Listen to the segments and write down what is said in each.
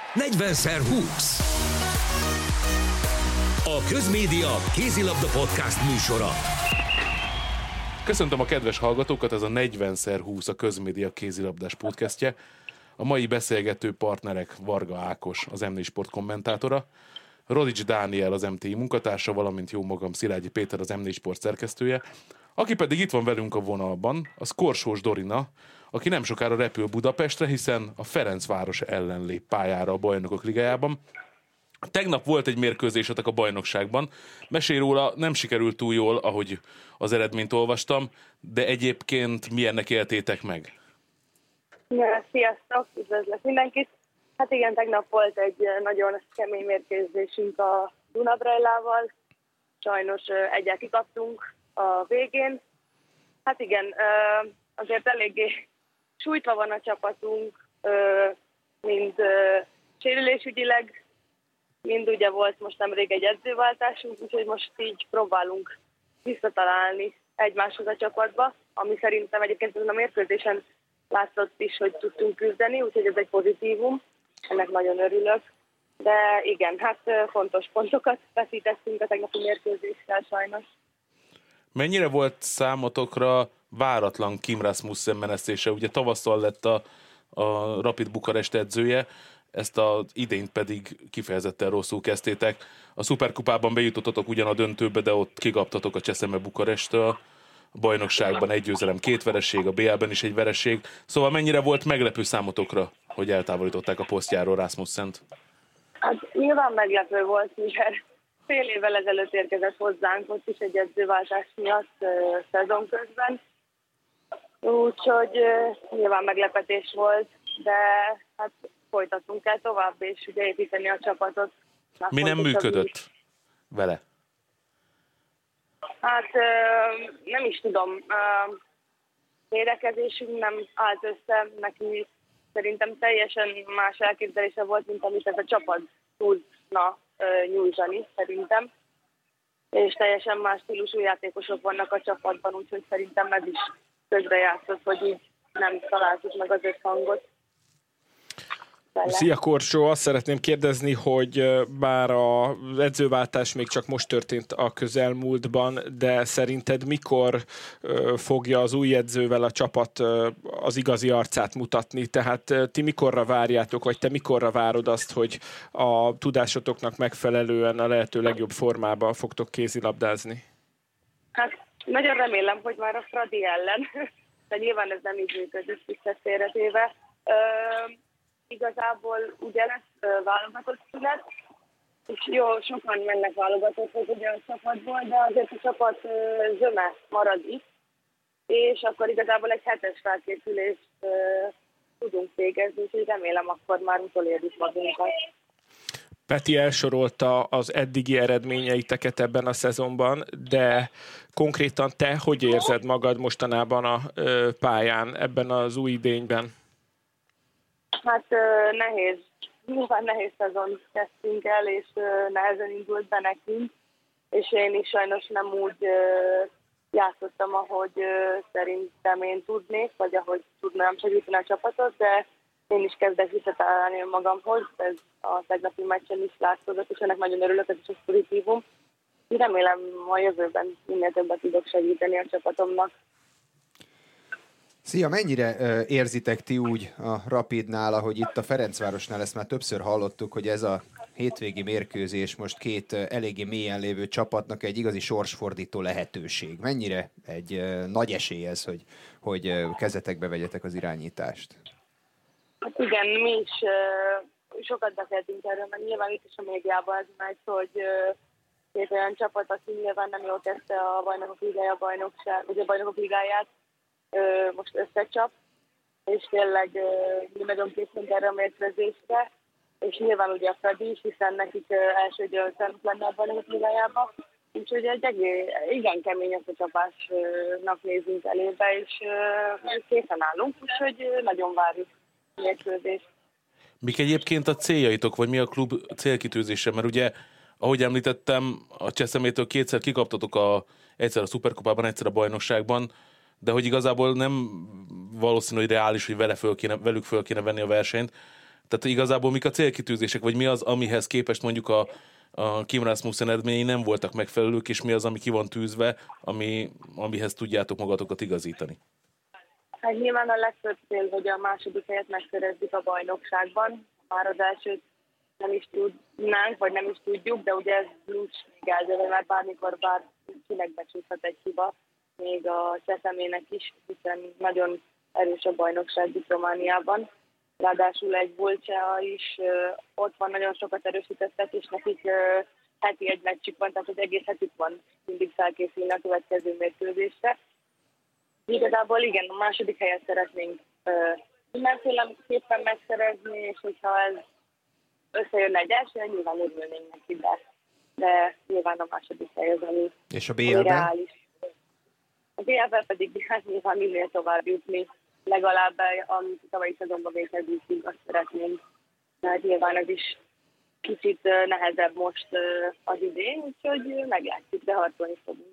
40x20. A Közmédia kézilabda podcast műsora. Köszöntöm a kedves hallgatókat, ez a 40x20 a Közmédia kézilabdás podcastje. A mai beszélgető partnerek Varga Ákos, az M4 Sport kommentátora, Rodics Dániel, az MTI munkatársa, valamint jó magam Szilágyi Péter, az M4 Sport szerkesztője, aki pedig itt van velünk a vonalban, az Korsós Dorina, aki nem sokára repül Budapestre, hiszen a Ferencváros ellen lép pályára a Bajnokok Ligájában. Tegnap volt egy mérkőzésetek a bajnokságban. Mesélj róla, nem sikerült túl jól, ahogy az eredményt olvastam, de egyébként milyennek éltétek meg? Ja, sziasztok, üdvözlök mindenkit! Hát igen, tegnap volt egy nagyon kemény mérkőzésünk a Dunabrellával. Sajnos egyel kikaptunk a végén. Hát igen, azért eléggé sújtva van a csapatunk, mind sérülésügyileg, mind ugye volt most nemrég egy edzőváltásunk, úgyhogy most így próbálunk visszatalálni egymáshoz a csapatba, ami szerintem egyébként a mérkőzésen látszott is, hogy tudtunk küzdeni, úgyhogy ez egy pozitívum, ennek nagyon örülök. De igen, hát fontos pontokat veszítettünk a tegnapi mérkőzéssel sajnos. Mennyire volt számotokra váratlan Kim Rasmussen menesztése? Ugye tavasszal lett a Rapid Bukarest edzője, ezt az idényt pedig kifejezetten rosszul kezdtétek. A Szuperkupában bejutottatok ugyan a döntőbe, de ott kikaptatok a Cseszeme Bukarestől. A bajnokságban 1 győzelem, 2 vereség, a BL-ben is 1 vereség. Szóval mennyire volt meglepő számotokra, hogy eltávolították a posztjáról Rasmussent? Hát nyilván meglepő volt, mivel fél évvel ezelőtt érkezett hozzánk, ott is egy edzőváltás miatt szezon közben. Úgyhogy nyilván meglepetés volt, de hát folytatunk el tovább, és ugye építeni a csapatot. Mi nem működött vele? Hát nem is tudom. Védekezésünk nem állt össze, neki szerintem teljesen más elképzelése volt, mint amit ez a csapat tudna nyújtani, szerintem. És teljesen más stílusú játékosok vannak a csapatban, úgyhogy szerintem ez is közrejátszott, hogy így nem találtuk meg az összhangot. Szia Korsó, azt szeretném kérdezni, hogy bár az edzőváltás még csak most történt a közelmúltban, de szerinted mikor fogja az új edzővel a csapat az igazi arcát mutatni? Tehát ti mikorra várjátok, vagy te mikorra várod azt, hogy a tudásotoknak megfelelően a lehető legjobb formában fogtok kézilabdázni? Hát nagyon remélem, hogy már a Fradi ellen, de nyilván ez nem így működik visszaszélretéve. Igazából ugye lesz válogatott szület, és jó, sokan mennek válogatotthoz ugye a csapatból, de azért a csapat zöme marad itt, és akkor igazából egy 7-es felkészülést tudunk végezni, úgyhogy remélem akkor már utolérjük magunkat. Peti elsorolta az eddigi eredményeiteket ebben a szezonban, de konkrétan te hogy érzed magad mostanában a pályán, ebben az új idényben? Hát nehéz. Nyilván nehéz szezon kezdtünk el, és nehezen indult be nekünk, és én is sajnos nem úgy játszottam, ahogy szerintem én tudnék, vagy ahogy tudnám segíteni a csapatot, de én is kezdek visszatalálni magamhoz, ez a tegnapi meccsen is látszódott, és ennek nagyon örülök, ez is egy pozitívum. Remélem a jövőben minél többet tudok segíteni a csapatomnak. Szia, mennyire érzitek ti úgy a Rapidnál, ahogy itt a Ferencvárosnál, ezt már többször hallottuk, hogy ez a hétvégi mérkőzés most két eléggé mélyen lévő csapatnak egy igazi sorsfordító lehetőség. Mennyire egy nagy esély ez, hogy kezetekbe vegyetek az irányítást? Hát igen, mi is sokat beszéltünk erről, mert nyilván itt is a médiában ez megy, hogy két olyan csapat, aki nyilván nem jól kezdte a Bajnokok Ligája vagy a Bajnokok Ligáját, most összecsap, és tényleg mi nagyon készülünk erre a mérkőzésre, és nyilván ugye a Fradi is, hiszen nekik első győzelmük lenne a Bajnokok Ligájába, úgyhogy egy igen kemény összecsapásnak nézünk elébe, és készen állunk, úgyhogy nagyon várjuk a mérkőzést. Mik egyébként a céljaitok, vagy mi a klub célkitűzése? Mert ugye, ahogy említettem, a Cseszemétől 2-szer kikaptatok egyszer a Szuperkupában, egyszer a bajnokságban, de hogy igazából nem valószínű, hogy reális, hogy velük föl kéne venni a versenyt. Tehát igazából mik a célkitűzések, vagy mi az, amihez képest mondjuk a Kim Rasmussen eredményei nem voltak megfelelők, és mi az, ami ki van tűzve, amihez tudjátok magatokat igazítani? Hát nyilván a legtöbb cél, hogy a második helyet megszerezzük a bajnokságban. Már az elsőt nem is tudnánk, vagy nem is tudjuk, de ugye ez nincs még eldőlve, mert bármikor bárkinek becsúszhat egy hiba, még a Cseszemének is, hiszen nagyon erős a bajnokság itt Romániában. Ráadásul egy Bolcsea is ott van, nagyon sokat erősítettek, és nekik heti egy meccsük van, tehát az egész hetük van mindig felkészülni a következő mérkőzésre. Igazából igen, a második helyet szeretnénk mindenféleképpen megszerezni, és hogyha ez összejönne egy első, nyilván örülnénk neki, de nyilván a második hely az, ami és a BL-ben? A BL-ben pedig hát nyilván minél tovább jutni, legalább amit tavalyi szezonban végezünk, azt szeretnénk. Tehát nyilván ez is kicsit nehezebb most az idén, úgyhogy meglátjuk, de harcolni fogunk.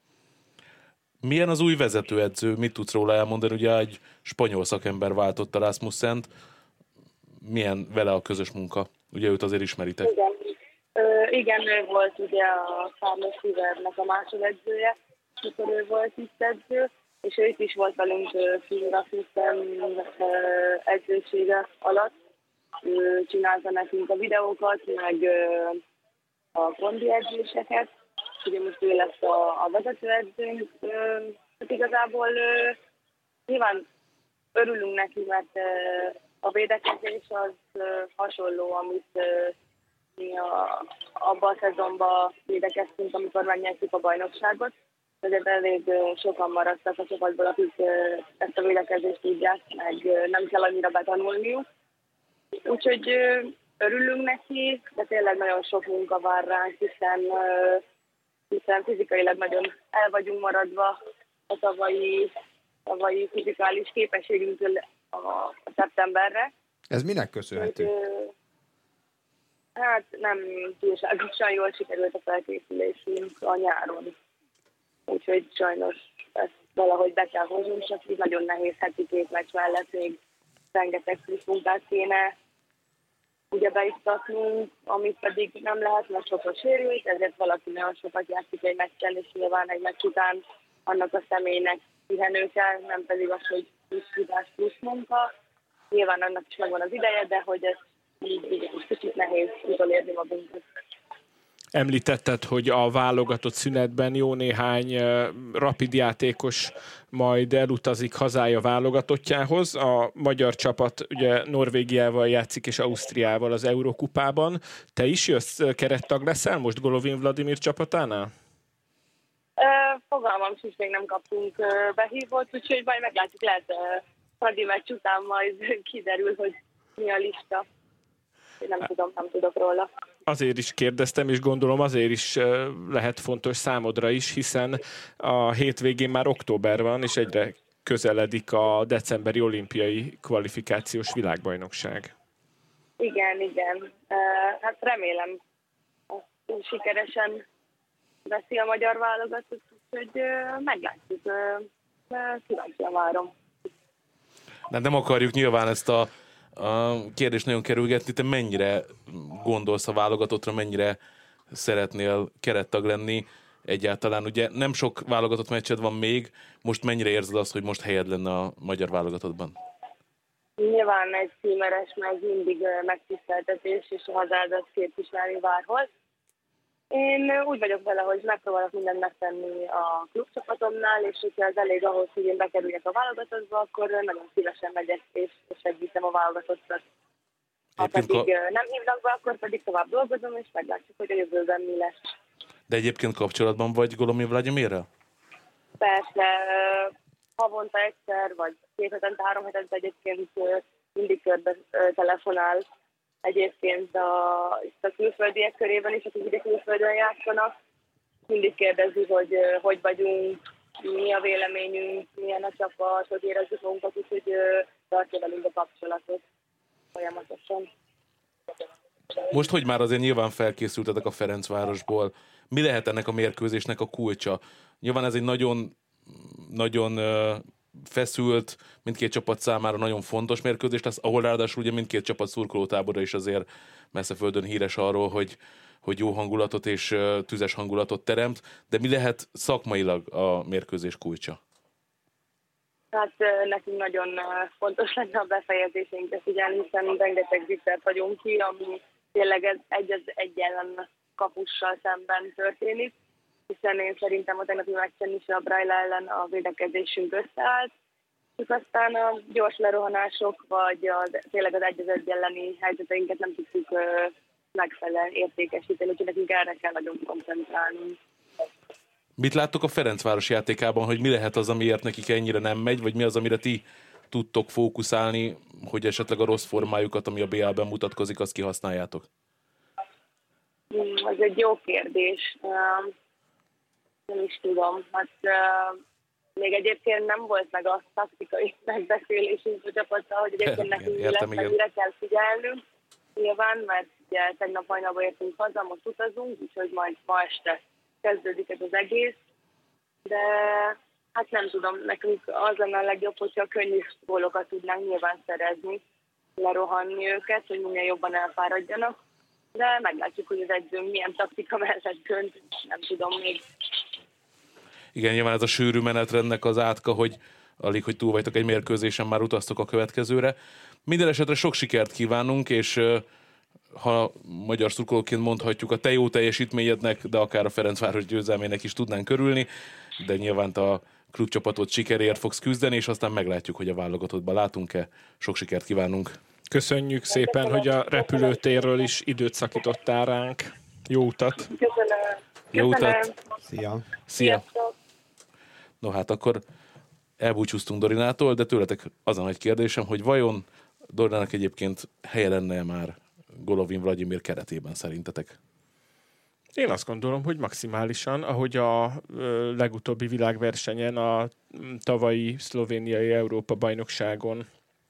Milyen az új vezetőedző? Mit tudsz róla elmondani? Ugye egy spanyol szakember váltotta Rasmussent. Milyen vele a közös munka? Ugye őt azért ismeritek. Igen, ő volt ugye a Farmers Rivernek a másodedzője, mikor ő volt itt edző, és ő is volt velünk Kim Rasmussen edzősége alatt. Ő csinálta nekünk a videókat, meg a kondi edzéseket. Ugye most ő lesz a vezetőedzőnk. Hát igazából nyilván örülünk neki, mert a védekezés az hasonló, amit mi abban a szezonban védekeztünk, amikor megnyertük a bajnokságot. Ezért elég sokan maradtak a csapatból, akik ezt a védekezést tudják, meg nem kell annyira betanulniuk. Úgyhogy örülünk neki, de tényleg nagyon sok munka vár ránk, hiszen fizikailag nagyon el vagyunk maradva a tavalyi fizikális képességünktől a szeptemberre. Ez minek köszönhető? Hát nem túlságosan jól sikerült a felkészülésünk a nyáron. Úgyhogy sajnos ezt valahogy be kell hoznunk, csak így nagyon nehéz heti két meccs mellett még rengeteg plusz munkát kéne ugye beiktatnunk, amit pedig nem lehet, mert sokat sérült, ezért valaki nagyon sokat játszik egy meccsen, és nyilván egy meccs után annak a személynek pihenő kell, nem pedig az, hogy plusz tudás, plusz munka. Nyilván annak is megvan az ideje, de hogy ez így kicsit nehéz utolérni magunkat. Említetted, hogy a válogatott szünetben jó néhány rapid játékos majd elutazik hazája válogatottjához. A magyar csapat ugye Norvégiával játszik és Ausztriával az Eurokupában. Te is jössz, kerettag leszel most Golovin Vladimir csapatánál? Fogalmam sincs, még nem kaptunk behívót, úgyhogy majd meglátjuk, lehet Fradi meccs után majd kiderül, hogy mi a lista. Én nem tudok róla. Azért is kérdeztem, és gondolom azért is lehet fontos számodra is, hiszen a hétvégén már október van, és egyre közeledik a decemberi olimpiai kvalifikációs világbajnokság. Igen. Hát remélem, hogy sikeresen veszi a magyar válogatott, úgyhogy meglátjuk. Kíváncsian várom. De nem akarjuk nyilván ezt a kérdést nagyon kerülgetni. Te mennyire gondolsz a válogatottra, mennyire szeretnél kerettag lenni egyáltalán? Ugye nem sok válogatott meccsed van még, most mennyire érzed azt, hogy most helyed lenne a magyar válogatottban? Nyilván egy címeres meg mindig megtiszteltetés, és a hazádat képviselni bárhol. Én úgy vagyok vele, hogy megpróbálok mindent megtenni a klubcsapatomnál, és hogyha ez elég ahhoz, hogy én bekerüljek a válogatottba, akkor nagyon szívesen megyek, és segítem a válogatottat. Ha pedig nem hívnak be, akkor pedig tovább dolgozom, és meglátjuk, hogy a jövőben mi lesz. De egyébként kapcsolatban vagy Golovin Vladimirrel? Persze, havonta egyszer, vagy 2 hetente, 3 hetente egyébként mindig körbe telefonál. Egyébként a külföldiek körében is, akik ide külföldön játszanak, mindig kérdezi, hogy vagyunk, mi a véleményünk, milyen a csapat, hogy érezzük magunkat, úgyhogy tartja velünk a kapcsolatot folyamatosan. Most, hogy már azért nyilván felkészültetek a Ferencvárosból, mi lehet ennek a mérkőzésnek a kulcsa? Nyilván ez egy nagyon feszült, mindkét csapat számára nagyon fontos mérkőzés lesz, ahol ráadásul ugye mindkét csapat szurkolótábora is azért messze földön híres arról, hogy jó hangulatot és tüzes hangulatot teremt, de mi lehet szakmailag a mérkőzés kulcsa? Hát nekünk nagyon fontos lenne a befejezésünkre figyelni, hiszen rengeteg viccert vagyunk ki, ami tényleg egy ellen kapussal szemben történik, hiszen én szerintem a tegnapi meccsen is a Braille ellen a védekezésünk összeállt, és aztán a gyors lerohanások, vagy tényleg az 1-1 elleni helyzeteinket nem tudjuk megfelelően értékesíteni, úgyhogy nekünk erre kell nagyon koncentrálnunk. Mit láttok a Ferencváros játékában, hogy mi lehet az, amiért nekik ennyire nem megy, vagy mi az, amire ti tudtok fókuszálni, hogy esetleg a rossz formájukat, ami a BL-ben mutatkozik, azt kihasználjátok? Ez egy jó kérdés. Nem is tudom. Hát, még egyébként nem volt meg a taktikai megbeszélésünk a csapattal, hogy egyébként nekünk mire kell figyelnünk. Nyilván, mert ugye tegnap hajnalban értünk haza, most utazunk, úgyhogy majd ma este kezdődik ez az egész. De hát nem tudom, nekünk az lenne a legjobb, hogyha könnyű gólokat tudnánk nyilván szerezni, lerohanni őket, hogy minél jobban elfáradjanak. De meglátjuk, hogy az edzőnk milyen taktika mellett dönt, nem tudom még. Igen, nyilván ez a sűrű menetrendnek az átka, hogy alig, hogy túl vagytok egy mérkőzésen, már utaztok a következőre. Minden esetre sok sikert kívánunk, és ha magyar szurkolóként mondhatjuk, a te jó teljesítményednek, de akár a Ferencváros győzelmének is tudnánk örülni, de nyilván a klubcsapatot sikeréért fogsz küzdeni, és aztán meglátjuk, hogy a válogatottban látunk-e. Sok sikert kívánunk! Köszönjük szépen, hogy a repülőtérről is időt szakítottál ránk. Jó utat! Köszönöm! Jó utat! Szia! Szia! No hát akkor elbúcsúztunk Dorinától, de tőletek az a nagy kérdésem, hogy vajon Dorinának egyébként helye lenne már Golovin Vladimir keretében szerintetek? Én azt gondolom, hogy maximálisan, ahogy a legutóbbi világversenyen, a tavalyi szlovéniai Európa-bajnokságon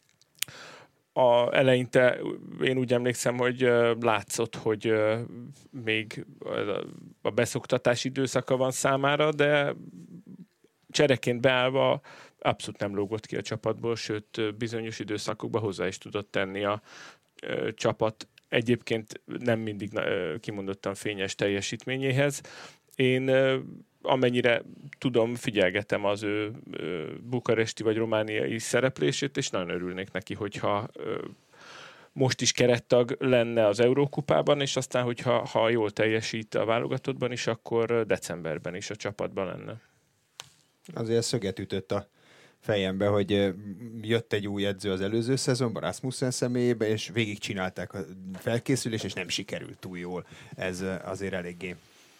eleinte én úgy emlékszem, hogy látszott, hogy még a beszoktatás időszaka van számára, de csereként beállva abszolút nem lógott ki a csapatból, sőt bizonyos időszakokban hozzá is tudott tenni a csapat egyébként nem mindig kimondottan fényes teljesítményéhez. Én amennyire tudom, figyelgetem az ő bukaresti vagy romániai szereplését, és nagyon örülnék neki, hogyha most is kerettag lenne az Eurókupában, és aztán, hogyha jól teljesít a válogatottban is, akkor decemberben is a csapatban lenne. Azért szöget ütött a fejembe, hogy jött egy új edző az előző szezonban, Rasmussen személyében, és végigcsinálták a felkészülést, és nem sikerült túl jól. Ez azért eléggé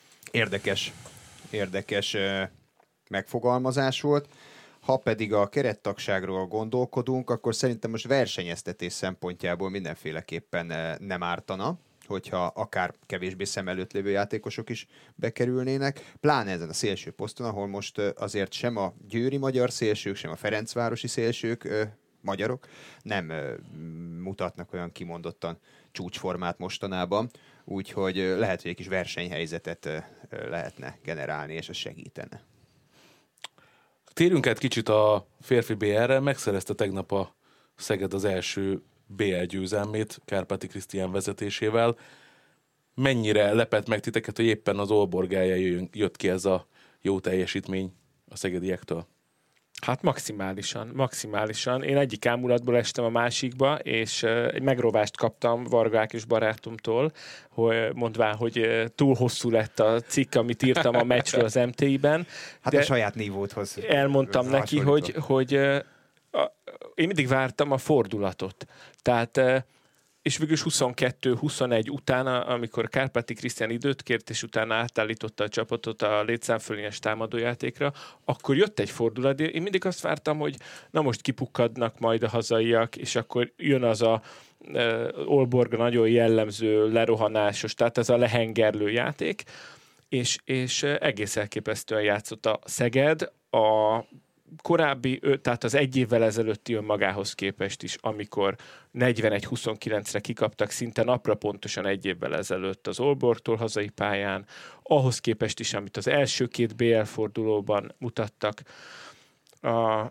érdekes megfogalmazás volt. Ha pedig a kerettagságról gondolkodunk, akkor szerintem most versenyeztetés szempontjából mindenféleképpen nem ártana, hogyha akár kevésbé szem előtt lévő játékosok is bekerülnének, pláne ezen a szélső poszton, ahol most azért sem a győri magyar szélsők, sem a ferencvárosi szélsők, magyarok nem mutatnak olyan kimondottan csúcsformát mostanában, úgyhogy lehet, hogy egy kis versenyhelyzetet lehetne generálni, és ez segítene. Térjünk át kicsit a férfi BL-re, megszerezte tegnap a Szeged az első BL győzelmét Kárpáti Krisztián vezetésével. Mennyire lepett meg titeket, hogy éppen az Aalborg ellen jött ki ez a jó teljesítmény a szegediektől? Hát maximálisan. Én egyik ámulatból estem a másikba, és egy megrovást kaptam Varga Ákos barátomtól, mondván, hogy túl hosszú lett a cikk, amit írtam a meccsről az MTI-ben. Hát a saját nívódhoz. Elmondtam neki, hogy én mindig vártam a fordulatot. Tehát és végül 22-21 utána, amikor Kárpáti Krisztián időt kért, és utána átállította a csapatot a létszámfölényes támadójátékra, akkor jött egy fordulat. Én mindig azt vártam, hogy na most kipukkadnak majd a hazaiak, és akkor jön az a Aalborg nagyon jellemző lerohanásos, tehát ez a lehengerlő játék, és egész elképesztően játszott a Szeged, a korábbi, tehát az egy évvel ezelőtti önmagához képest is, amikor 41-29-re kikaptak szinte napra pontosan egy évvel ezelőtt az Aalborgtól hazai pályán, ahhoz képest is, amit az első két BL fordulóban mutattak.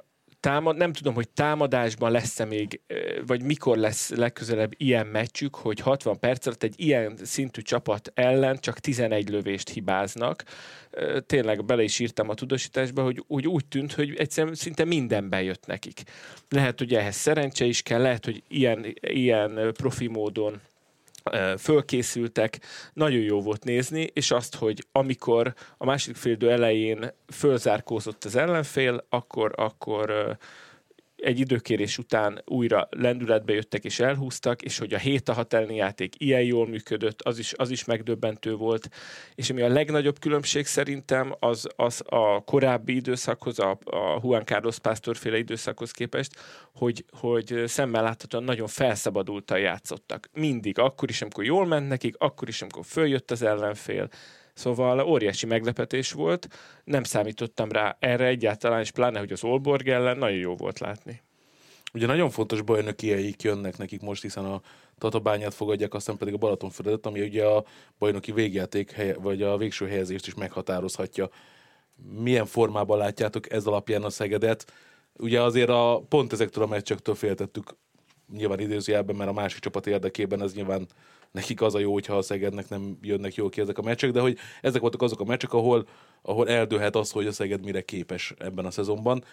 nem tudom, hogy támadásban lesz-e még, vagy mikor lesz legközelebb ilyen meccsük, hogy 60 perc alatt egy ilyen szintű csapat ellen csak 11 lövést hibáznak. Tényleg bele is írtam a tudósításba, hogy úgy tűnt, hogy egyszerűen szinte minden bejött nekik. Lehet, hogy ehhez szerencse is kell, lehet, hogy ilyen profi módon fölkészültek, nagyon jó volt nézni, és azt, hogy amikor a második félidő elején fölzárkózott az ellenfél, akkor egy időkérés után újra lendületbe jöttek és elhúztak, és hogy a 7-6 elleni játék ilyen jól működött, az is megdöbbentő volt. És ami a legnagyobb különbség szerintem, az a korábbi időszakhoz, a Juan Carlos Pastor féle időszakhoz képest, hogy szemmel láthatóan nagyon felszabadultan játszottak. Mindig, akkor is, amikor jól ment nekik, akkor is, amikor följött az ellenfél. Szóval óriási meglepetés volt, nem számítottam rá erre egyáltalán, és pláne, hogy az Aalborg ellen nagyon jó volt látni. Ugye nagyon fontos bajnoki helyeik jönnek nekik most, hiszen a Tatabányát fogadják, aztán pedig a Balatonfüredet, ami ugye a bajnoki végjáték vagy a végső helyezést is meghatározhatja. Milyen formában látjátok ez alapján a Szegedet? Ugye azért pont ezektől a meccsektől féltettük nyilván idézőjelben, mert a másik csapat érdekében ez nyilván nekik az a jó, hogyha a Szegednek nem jönnek jól ki ezek a meccsek, de hogy ezek voltak azok a meccsek, ahol eldőlhet az, hogy a Szeged mire képes ebben a szezonban.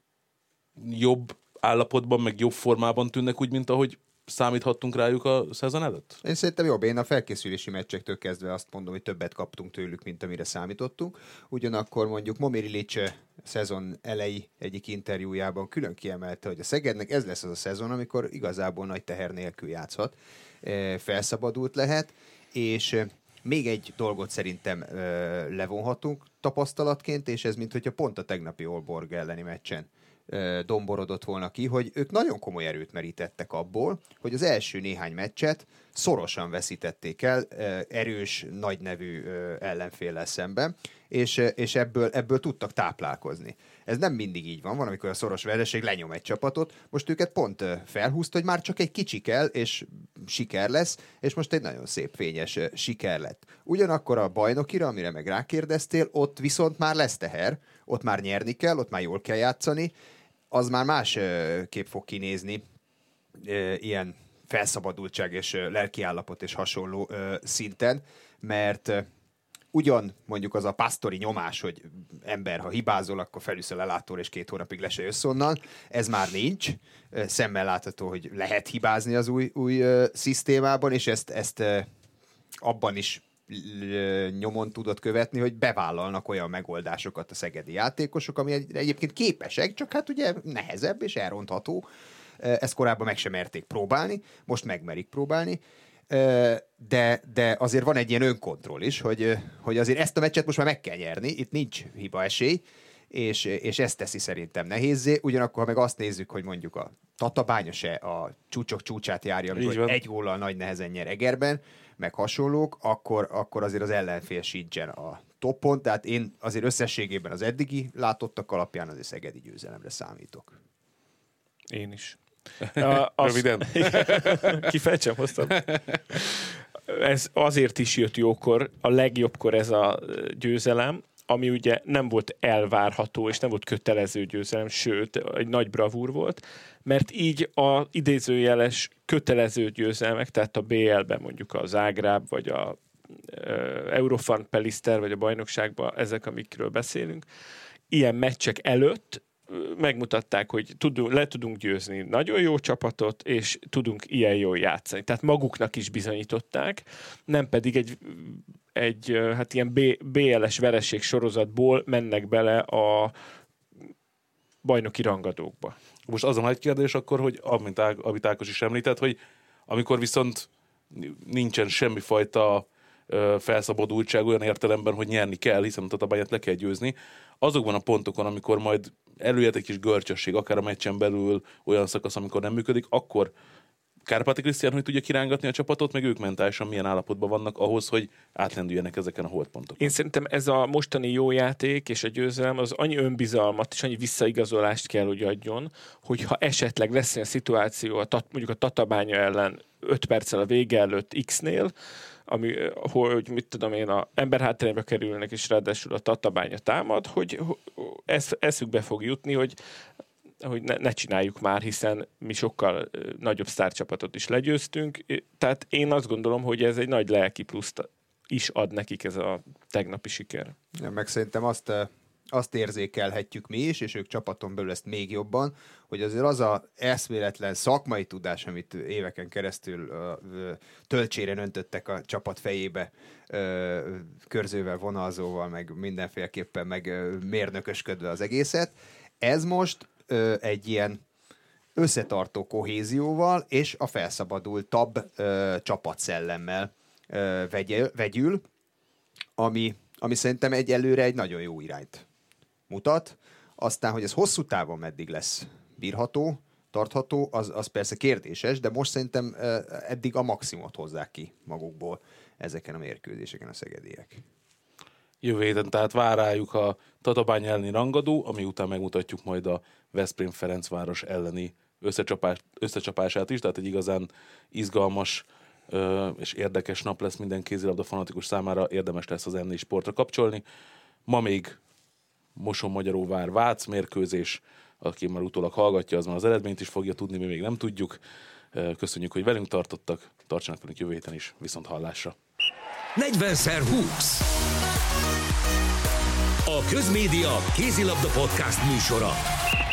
Jobb állapotban, meg jobb formában tűnnek úgy, mint ahogy számíthattunk rájuk a szezon előtt? Én szerintem jobb. Én a felkészülési meccsektől kezdve azt mondom, hogy többet kaptunk tőlük, mint amire számítottunk. Ugyanakkor mondjuk Momir Ilic szezon elejé egyik interjújában külön kiemelte, hogy a Szegednek ez lesz az a szezon, amikor igazából nagy teher nélkül játszhat, felszabadult lehet, és még egy dolgot szerintem levonhatunk tapasztalatként, és ez mint hogyha pont a tegnapi Aalborg elleni meccsen domborodott volna ki, hogy ők nagyon komoly erőt merítettek abból, hogy az első néhány meccset szorosan veszítették el erős, nagynevű ellenféllel szemben, és ebből tudtak táplálkozni. Ez nem mindig így van, amikor a szoros vereség lenyom egy csapatot, most őket pont felhúzta, hogy már csak egy kicsi kell, és siker lesz, és most egy nagyon szép fényes siker lett. Ugyanakkor a bajnokira, amire meg rákérdeztél, ott viszont már lesz teher, ott már nyerni kell, ott már jól kell játszani, az már más kép fog kinézni, ilyen felszabadultság és lelkiállapot és hasonló szinten, mert ugyan mondjuk az a Pastori nyomás, hogy ember, ha hibázol, akkor felülsz a lelátóra, és 2 hónapig le se jössz onnan, ez már nincs. Szemmel látható, hogy lehet hibázni az új szisztémában, és ezt abban is nyomon tudott követni, hogy bevállalnak olyan megoldásokat a szegedi játékosok, ami egyébként képesek, csak hát ugye nehezebb és elrontható. Ezt korábban meg sem merték próbálni, most megmerik próbálni, de azért van egy ilyen önkontroll is, hogy azért ezt a meccset most már meg kell nyerni, itt nincs hiba esély, és ezt teszi szerintem nehézzé. Ugyanakkor, ha meg azt nézzük, hogy mondjuk a Tatabánya se a csúcsok csúcsát járja, amikor egy góllal nagy nehezen nyer Egerben, meg hasonlók, akkor azért az ellenfél sincsen a toppon, tehát én azért összességében az eddigi látottak alapján azért szegedi győzelemre számítok. Én is. Röviden. Kifejtsem, hoztam. Ez azért is jött jókor, a legjobbkor ez a győzelem, ami ugye nem volt elvárható, és nem volt kötelező győzelem, sőt, egy nagy bravúr volt, mert így a idézőjeles kötelező győzelmek, tehát a BL-ben mondjuk a Zágráb, vagy a Eurofund Peliszter, vagy a bajnokságban, ezek, amikről beszélünk, ilyen meccsek előtt megmutatták, hogy le tudunk győzni nagyon jó csapatot, és tudunk ilyen jól játszani. Tehát maguknak is bizonyították, nem pedig egy hát ilyen BL-es vereség sorozatból mennek bele a bajnoki rangadókba. Most az a nagy kérdés akkor, hogy amit Ákos is említett, hogy amikor viszont nincsen semmifajta felszabadultság olyan értelemben, hogy nyerni kell, hiszen a Tatabányát le kell győzni, azokban a pontokon, amikor majd előjött egy kis görcsösség, akár a meccsen belül olyan szakasz, amikor nem működik, akkor Kárpáti Krisztián hogy tudja kirángatni a csapatot, meg ők mentálisan milyen állapotban vannak ahhoz, hogy átlendüljenek ezeken a holdpontokon. Én szerintem ez a mostani jó játék és a győzelem az annyi önbizalmat és annyi visszaigazolást kell, hogy adjon, hogyha esetleg lesz olyan szituáció, mondjuk a Tatabánya ellen 5 perccel a vége előtt X-nél, hogy mit tudom én, a emberhátrányba kerülnek, és ráadásul a Tatabánya támad, hogy eszükbe fog jutni, hogy hogy ne csináljuk már, hiszen mi sokkal nagyobb sztárcsapatot is legyőztünk. Tehát én azt gondolom, hogy ez egy nagy lelki pluszt is ad nekik ez a tegnapi siker. Ja, meg szerintem azt érzékelhetjük mi is, és ők csapaton belül ezt még jobban, hogy azért az a eszméletlen szakmai tudás, amit éveken keresztül töltsére öntöttek a csapat fejébe, körzővel, vonalzóval, meg mindenféleképpen meg mérnökösködve az egészet, ez most egy ilyen összetartó kohézióval és a felszabadultabb csapatszellemmel vegyül, ami szerintem egyelőre egy nagyon jó irányt mutat. Aztán, hogy ez hosszú távon meddig lesz bírható, tartható, az persze kérdéses, de most szerintem eddig a maximumot hozzák ki magukból ezeken a mérkőzéseken a szegediek. Jövő héten tehát vár rájuk a Tatabány elleni rangadó, ami után megmutatjuk majd a Veszprém-Ferencváros elleni összecsapását is, tehát egy igazán izgalmas és érdekes nap lesz minden kézilabda fanatikus számára, érdemes lesz az M4 Sportra kapcsolni. Ma még Mosonmagyaróvár Vác mérkőzés, aki már utólag hallgatja, az már az eredményt is fogja tudni, mi még nem tudjuk. Köszönjük, hogy velünk tartottak, tartsanak velünk jövő héten is, viszont hallásra. 40x20 a Közmédia kézilabda podcast műsora.